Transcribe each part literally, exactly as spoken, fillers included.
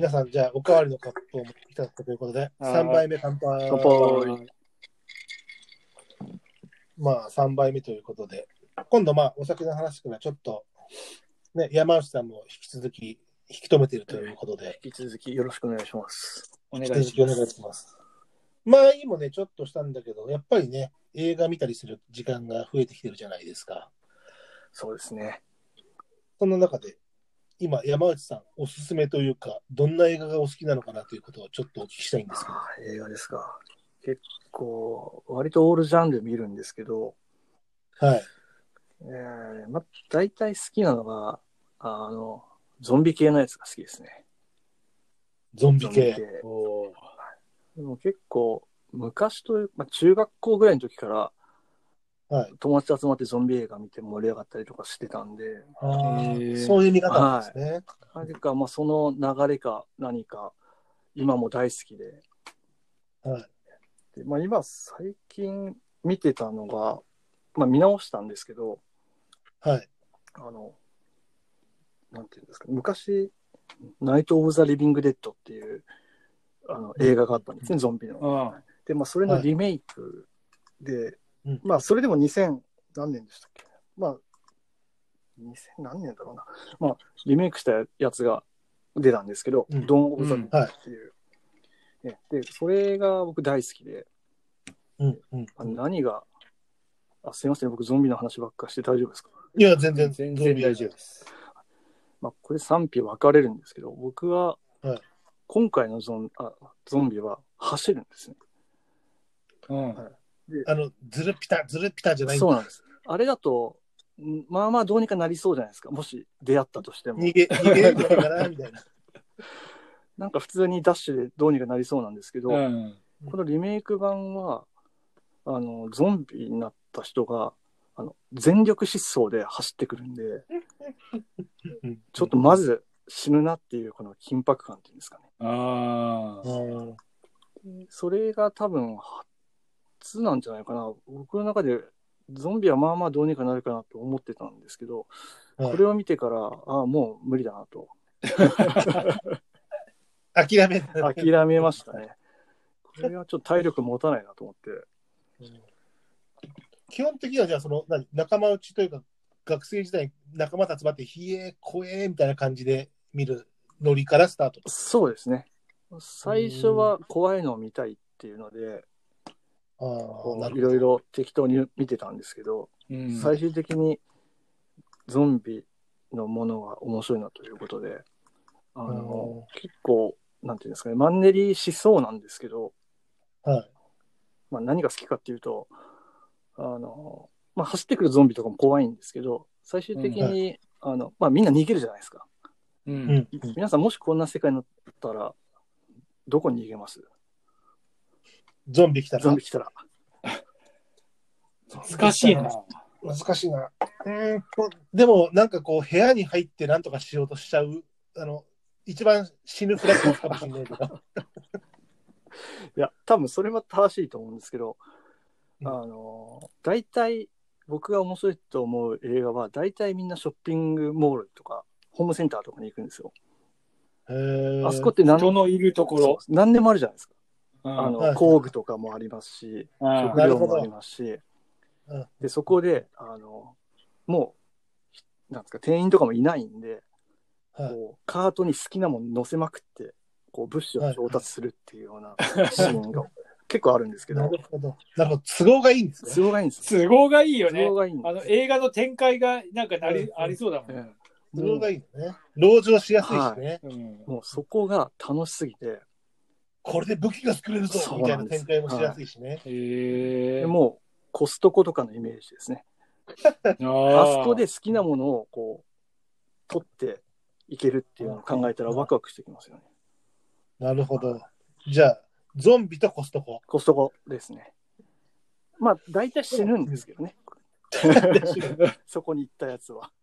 皆さん、じゃあ、おかわりのカップを持ってきたということで、さんばいめ乾杯。 乾杯。 まあ、さんばいめということで、今度、まあ、お酒の話からちょっと、ね、山内さんも引き続き、引き止めているということで、 引き続きよろしくお願いします。 お願いします。お願いします。前にもね、ちょっとしたんだけど、やっぱりね、映画見たりする時間が増えてきてるじゃないですか。 そうですね。 そんな中で、今、山内さん、おすすめというか、どんな映画がお好きなのかなということをちょっとお聞きしたいんですけど。 あ映画ですか。結構、割とオールジャンル見るんですけど、 はい。 えー、ま、大体好きなのが、あの、ゾンビ系のやつが好きですね。 ゾンビ系。 ゾンビ系おでも結構、昔という、まあ、中学校ぐらいの時から、 はい、 友達集まってゾンビ映画見て盛り上がったりとかしてたんで、 あそういう見方なんですね。 はい、かまあ、その流れか何か今も大好きで、 はいでまあ、今最近見てたのが、まあ、見直したんですけど、 はい、 あのなんていうんですか、昔ナイト・オブ・ザ・リビング・デッドっていうあの映画があったんですね、うん、ゾンビの。で、まあ、それのリメイクで、はい、まあそれでもにせん何年でしたっけ、まあにせん何年だろうな、まあリメイクしたやつが出たんですけど、うん、ドン・オブ・ザ・デッドっていう、うんはい、でそれが僕大好きで、 うんうんうん、何があすいません、僕ゾンビの話ばっかして大丈夫ですか？ いや全然全然大丈夫です。 まあ、これ賛否分かれるんですけど、僕は今回のゾン、あゾンビは走るんですね。 うんはい、であのズルピタズルピタじゃないんだ。 そうなんです。あれだとまあまあどうにかなりそうじゃないですか。もし出会ったとしても逃げ逃げれるんじゃないかなみたいな。 なんか普通にダッシュでどうにかなりそうなんですけど、うん、このリメイク版はあのゾンビになった人があの全力疾走で走ってくるんでちょっとまず死ぬなっていうこの緊迫感っていうんですかね。あそれが多分初なんじゃないかな。僕の中でゾンビはまあまあどうにかなるかなと思ってたんですけど、はい、これを見てからああもう無理だなと諦め諦めましたね。これはちょっと体力持たないなと思って、 うん、基本的にはじゃあその何仲間内というか学生時代仲間と集まってひえ怖えみたいな感じで見るノリからスタート。 そうですね。最初は怖いのを見たいっていうのでいろいろ適当に見てたんですけど、うん、最終的にゾンビのものが面白いなということであの結構なんていうんですかね、マンネリしそうなんですけど、はいまあ、何が好きかっていうとあの、まあ、走ってくるゾンビとかも怖いんですけど最終的に、うんはいあのまあ、みんな逃げるじゃないですか、うん、皆さんもしこんな世界になったらどこに逃げます？ ゾンビ来たらゾンビ来たら難しいな難しいなうんでもなんかこう部屋に入って何とかしようとしちゃうあの一番死ぬフラッグかもしれないけどいや多分それは正しいと思うんですけど、うん、あの大体僕が面白いと思う映画は大体みんなショッピングモールとかホームセンターとかに行くんですよ。へあそこって何人のいるところ何でもあるじゃないですか。あの、はい、工具とかもありますし食料もありますしでそこであのもうなんですか店員とかもいないんで、はい、こうカートに好きなもの乗せまくってこう物資を調達するっていうようなシーンが結構あるんですけど。 なるほど。なるほど。都合がいいんですね。 都合がいいんです。 都合がいいよね。 都合がいいんです。 あの映画の展開がなんかなり、うん、ありそうだもんね。 都合がいいよね。籠城しやすいしね、 はいうん。もうそこが楽しすぎて。 これで武器が作れるぞみたいな展開もしやすいしね。はい、 へでもうコストコとかのイメージですね。あそこで好きなものをこう取っていけるっていうのを考えたらワクワクしてきますよね。 なるほど。じゃあゾンビとコストコ。 コストコですね。まあ大体死ぬんですけどね。そこに行ったやつは。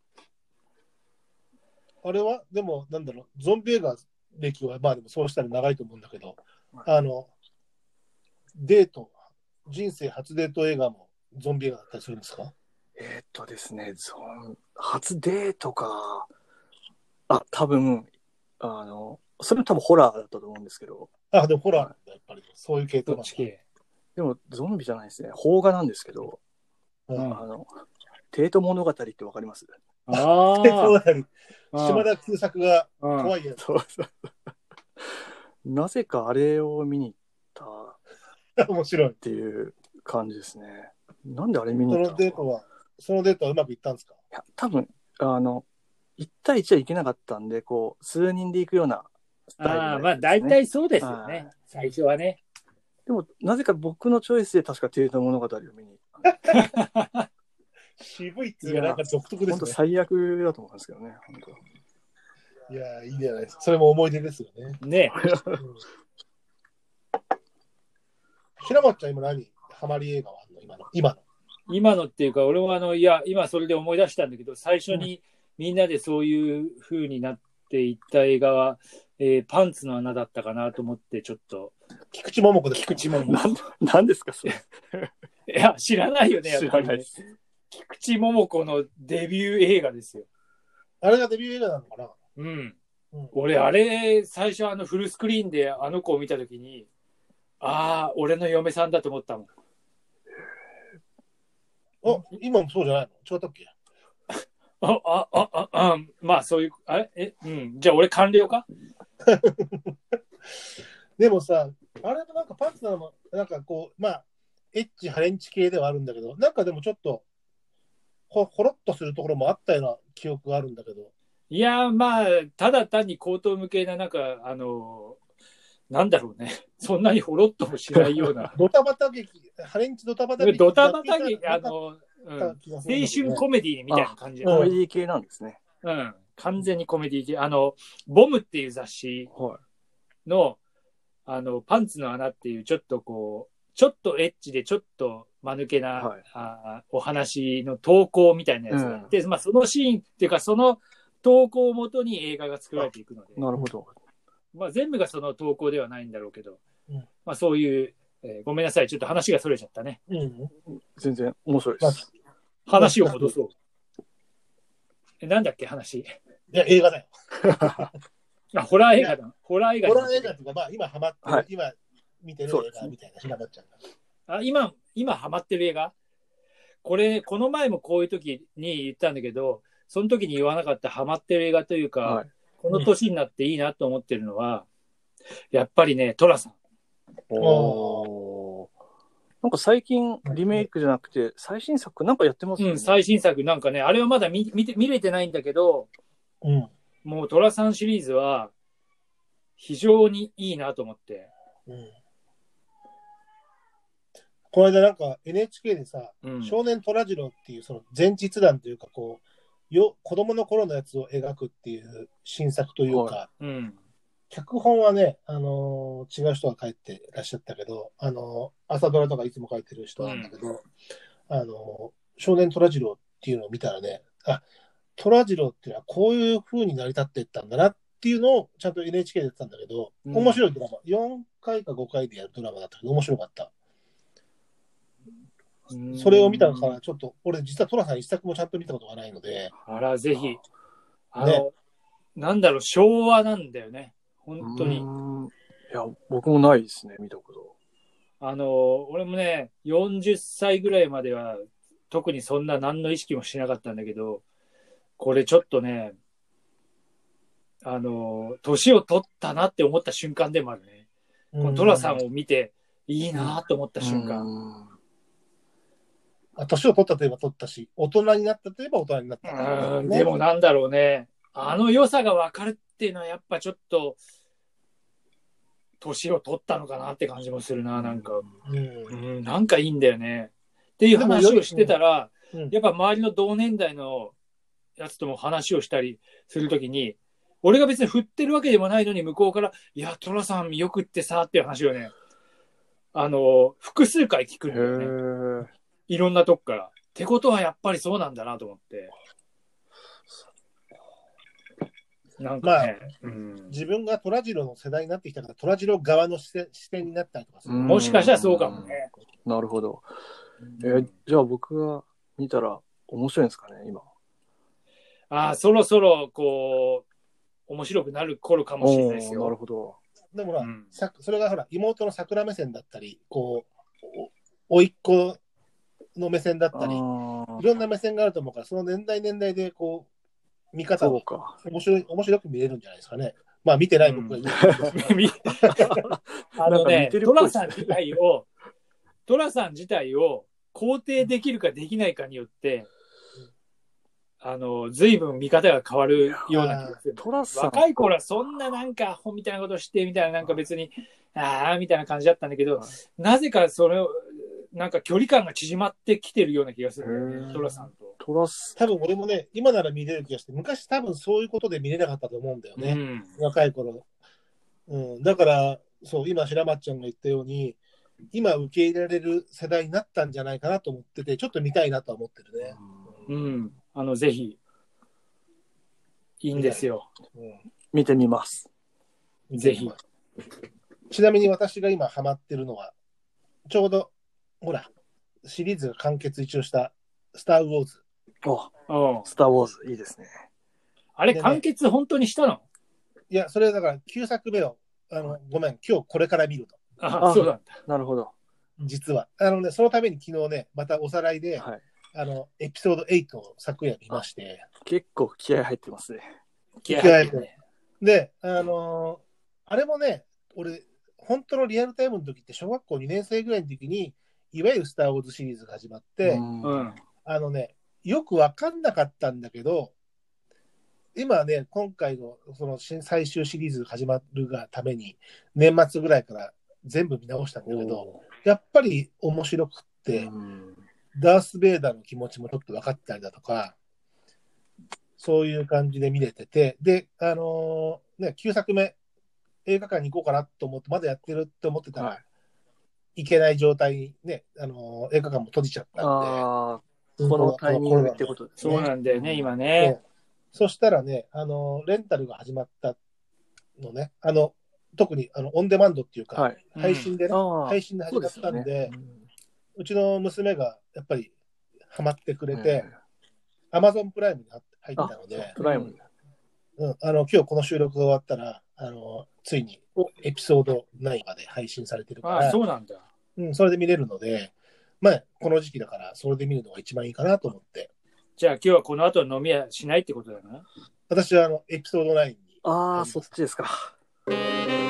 あれはでもなんだろうゾンビ映画歴はまあでもそうしたら長いと思うんだけど、はい、あのデート人生初デート映画もゾンビ映画だったりするんですか？ えー、っとですねゾン初デートかあ多分あのそれも多分ホラーだったと思うんですけど。 あ、でもホラーなんだ、やっぱり。そういう系統なんだ。 でも、ゾンビじゃないですね。邦画なんですけど、うん、あの、帝都物語ってわかります？ ああ。 帝都物語。島田久作が怖いやつ。 そうそう。なぜかあれを見に行った面白いっていう感じですね。なんであれ見に行ったの？ そのデートは、そのデートはうまくいったんですか？ いや、多分、あの、いち対いちは行けなかったんで、こう、数人で行くようなスタイル、ね。 ああ、まあ大体そうですよね。最初はね。 でも、なぜか僕のチョイスで確か帝都物語を見に行った。 渋いっていうか、なんか独特ですね。 本当最悪だと思うんですけどね、本当。いや、いいじゃないですか。それも思い出ですよね。 ねえ。 平松ちゃん、今何ハマり映画はあるの？今の。今の。 今のっていうか、俺もあの、いや、今それで思い出したんだけど、最初にみんなでそういう風になっていった映画は、えー、パンツの穴だったかなと思って、ちょっと。 菊池桃子です。 菊池桃子。 何ですか、それ。 いや、知らないよね、やっぱり、ね。菊池桃子のデビュー映画ですよ。 あれがデビュー映画なのかな？ うん。うん、俺、あれ、最初あのフルスクリーンであの子を見たときに、ああ、俺の嫁さんだと思ったもん。 あ、今もそうじゃないの？違ったっけ？ あ、あ、あ、あ、あ、まあそういう、あれえ、うん。じゃあ俺官僚か？ でもさ、あれもなんかパンツなのも、なんかこう、まあ、エッチ、ハレンチ系ではあるんだけど、なんかでもちょっと、ほ、ほろっとするところもあったような記憶があるんだけど。 いや、まあ、ただ単に口頭向けな、なんか、あの、なんだろうね。そんなにほろっともしないような。 ドタバタ劇、ハレンチドタバタ劇。 ドタバタ劇、あの、うん、青春コメディみたいな感じ。 コメディ系なんですね。 うん。完全にコメディ系。あの、ボムっていう雑誌の、はい、あの、パンツの穴っていう、ちょっとこう、ちょっとエッチで、ちょっと間抜けな、はい、あお話の投稿みたいなやつがあって、うん、まあ、そのシーンっていうか、その投稿をもとに映画が作られていくので。 なるほど。 まあ、全部がその投稿ではないんだろうけど、うん、まあ、そういう、えー、ごめんなさい、ちょっと話がそれちゃったね。 うん、全然面白いです。 話を戻そう。え、なんだっけ、話。いや、映画だよ。 あ、ホラー映画だ。ホラー映画。 ホラー映画っていうか、まあ、今ハマってる、はい、今見てる映画みたいな、ひなばっちゃんが。 あ、今、今ハマってる映画？これ、この前もこういう時に言ったんだけど、その時に言わなかったハマってる映画というか、はい、この年になっていいなと思ってるのは、うん、やっぱりね、トラさん。 おー。なんか最近リメイクじゃなくて、最新作なんかやってますね。 うん、最新作なんかね、あれはまだ 見, 見, て見れてないんだけど、 うん、 もうトラさんシリーズは非常にいいなと思って。うん、 この間なんか エヌエイチケー でさ、うん、少年虎次郎っていうその前日談というかこうよ子供の頃のやつを描くっていう新作というか、 うん、 脚本はね、あのー、違う人が書いてらっしゃったけど、あのー、朝ドラとかいつも書いてる人なんだけど、うん、あのー、少年虎次郎っていうのを見たらね、あ、虎次郎っていうのはこういう風に成り立っていったんだなっていうのをちゃんと エヌエイチケー でやってたんだけど、うん、面白いドラマ、よんかいかごかいでやるドラマだったけど、面白かった。それを見たから、ちょっと、俺実はトラさん一作もちゃんと見たことがないので。 あら、ぜひ。あの、ね、なんだろう、昭和なんだよね。本当に。いや、僕もないですね、見たこと。 あの、俺もね、よんじゅっさいぐらいまでは、特にそんな何の意識もしなかったんだけど、これちょっとね、あの、年を取ったなって思った瞬間でもあるね。このトラさんを見て、いいなと思った瞬間。 年を取ったといえば取ったし、大人になったといえば大人になった、 ね、うんでもなんだろうね。あの良さが分かるっていうのはやっぱちょっと、年を取ったのかなって感じもするな、なんか。うんうん、なんかいいんだよね。っていう話をしてたら、うん、やっぱ周りの同年代のやつとも話をしたりするときに、俺が別に振ってるわけでもないのに向こうから、いや、トラさんよくってさ、っていう話をね、あの、複数回聞くんだよね。いろんなとこから。ってことはやっぱりそうなんだなと思って。なんかね、 まあうん、自分が虎次郎の世代になってきたから、虎次郎側の視点、視点になったりとかする。 もしかしたらそうかもね。 なるほど。えー、じゃあ僕が見たら面白いんですかね、今。 ああ、そろそろこう、 面白くなる頃かもしれないですよ。 なるほど。 でもほら、うん、それがほら、妹の桜目線だったり、こう、おいっ子の目線だったり、いろんな目線があると思うから、その年代年代で、こう、見方を面白い、面白く見れるんじゃないですかね。まあ、見てない僕が言う、うん、 あのね、トラさん自体を、トラさん自体を肯定できるかできないかによって、あの、随分見方が変わるような気がする。トラさん若い頃はそんななんか、本みたいなことして、みたいな、なんか別に、ああ、みたいな感じだったんだけど、なぜかそれを、なんか距離感が縮まってきてるような気がする、ね、トラさんと。 トラス多分俺もね、今なら見れる気がして、昔多分そういうことで見れなかったと思うんだよね。うん、若い頃。うん。だから、そう、今白松ちゃんが言ったように、今受け入れられる世代になったんじゃないかなと思ってて、ちょっと見たいなと思ってるね。 うん。うん、あの、ぜひ、いいんですよ。 うん、見てみます。 ぜひ。 ちなみに私が今ハマってるのは、ちょうど、ほら、シリーズが完結一応したスター・ウォーズ。 おスター・ウォーズ、いいですね。 あれ、ね、完結本当にしたの？ いや、それだからきゅうさくめを、あの、ごめん、今日これから見ると。 ああ、そうなんだ。 なるほど。 実は。あのね、そのために昨日ね、またおさらいで、はい、あの、エピソードはちを昨夜見まして。 結構気合入ってますね。 気合入ってるね。で、あのー、あれもね、俺、本当のリアルタイムの時って小学校にねん生ぐらいの時に、いわゆるスター・ウォーズシリーズが始まって、うん、あのね、よくわかんなかったんだけど、今ね、今回のその最終シリーズ始まるがために、年末ぐらいから全部見直したんだけど、やっぱり面白くって、うん、ダース・ベイダーの気持ちもちょっと分かったりだとか、そういう感じで見れてて、で、あのー、ね、きゅうさくめ、映画館に行こうかなと思って、まだやってるって思ってたら、はい、行けない状態にね、あのー、映画館も閉じちゃったんで、 あこのタイミングってことですね。そうなんだよね、今ね。 そしたらね、あの、レンタルが始まったのね、あの、特にあのオンデマンドっていうか、はい、配信でね、うん、配信で始まったんで、うでね、うん、うちの娘がやっぱりハマってくれて、アマゾンプライムに入ったので、 プライム、 うん、あの、今日この収録が終わったら、あの、ついにエピソードナインまで配信されてるから、 あ、そうなんだ。 うん、それで見れるので、まあ、この時期だから、それで見るのが一番いいかなと思って。 じゃあ今日はこの後飲みはしないってことだな。 私はあのエピソードナインに。 ああ、そっちですか。